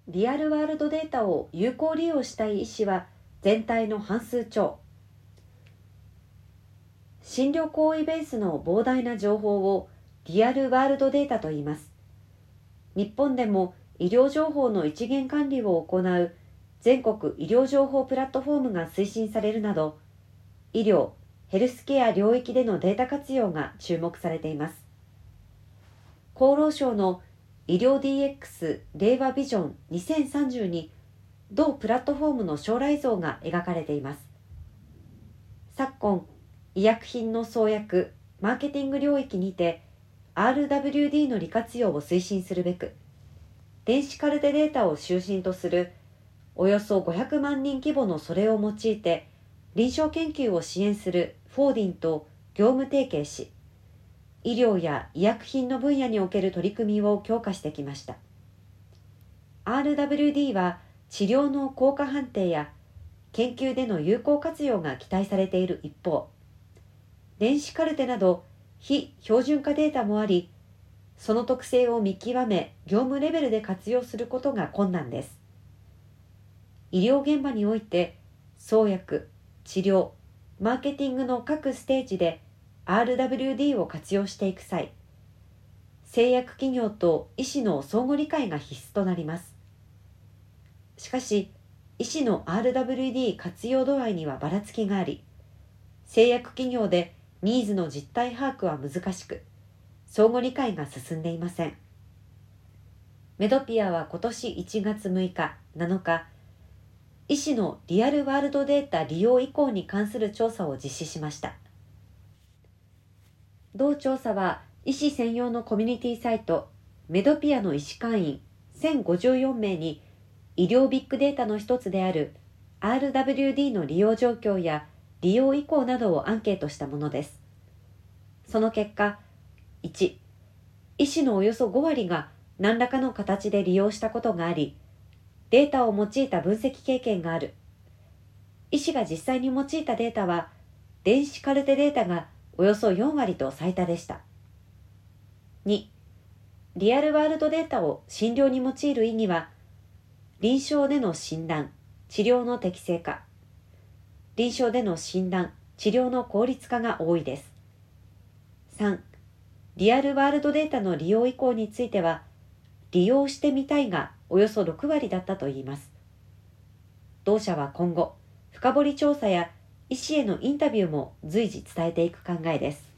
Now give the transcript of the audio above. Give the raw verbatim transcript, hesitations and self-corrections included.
リアルワールドデータを有効利用したい医師は全体の半数超。診療行為ベースの膨大な情報をリアルワールドデータと言います。日本でも医療情報の一元管理を行う全国医療情報プラットフォームが推進されるなど、医療・ヘルスケア領域でのデータ活用が注目されています。厚労省の医療 ディーエックス 令和ビジョンにせんさんじゅうに同プラットフォームの将来像が描かれています。昨今、医薬品の創薬・マーケティング領域にて アールダブリューディー の利活用を推進するべく、電子カルテデータを中心とするおよそごひゃくまんにん規模のそれを用いて臨床研究を支援するフォーディンと業務提携し、医療や医薬品の分野における取り組みを強化してきました。アールダブリューディー は治療の効果判定や研究での有効活用が期待されている一方、電子カルテなど非標準化データもあり、その特性を見極め業務レベルで活用することが困難です。医療現場において創薬、治療、マーケティングの各ステージで アールダブリューディー を活用していく際、製薬企業と医師の相互理解が必須となります。しかし、医師の アールダブリューディー 活用度合いにはばらつきがあり、製薬企業でニーズの実態把握は難しく、相互理解が進んでいません。メドピアは今年いちがつむいか、なのか、医師のリアルワールドデータ利用意向に関する調査を実施しました。同調査は医師専用のコミュニティサイトメドピアの医師会員せんごじゅうよんめいに医療ビッグデータの一つである アールダブリューディー の利用状況や利用意向などをアンケートしたものです。その結果、いち、医師のおよそごわりが何らかの形で利用したことがあり、データを用いた分析経験がある。医師が実際に用いたデータは、電子カルテデータがおよそよんわりと最多でした。に、リアルワールドデータを診療に用いる意義は、臨床での診断、治療の適正化、臨床での診断、治療の効率化が多いです。さん、リアルワールドデータの利用意向については、利用してみたいがおよそろくわりだったといいます。同社は今後、深掘り調査や医師へのインタビューも随時伝えていく考えです。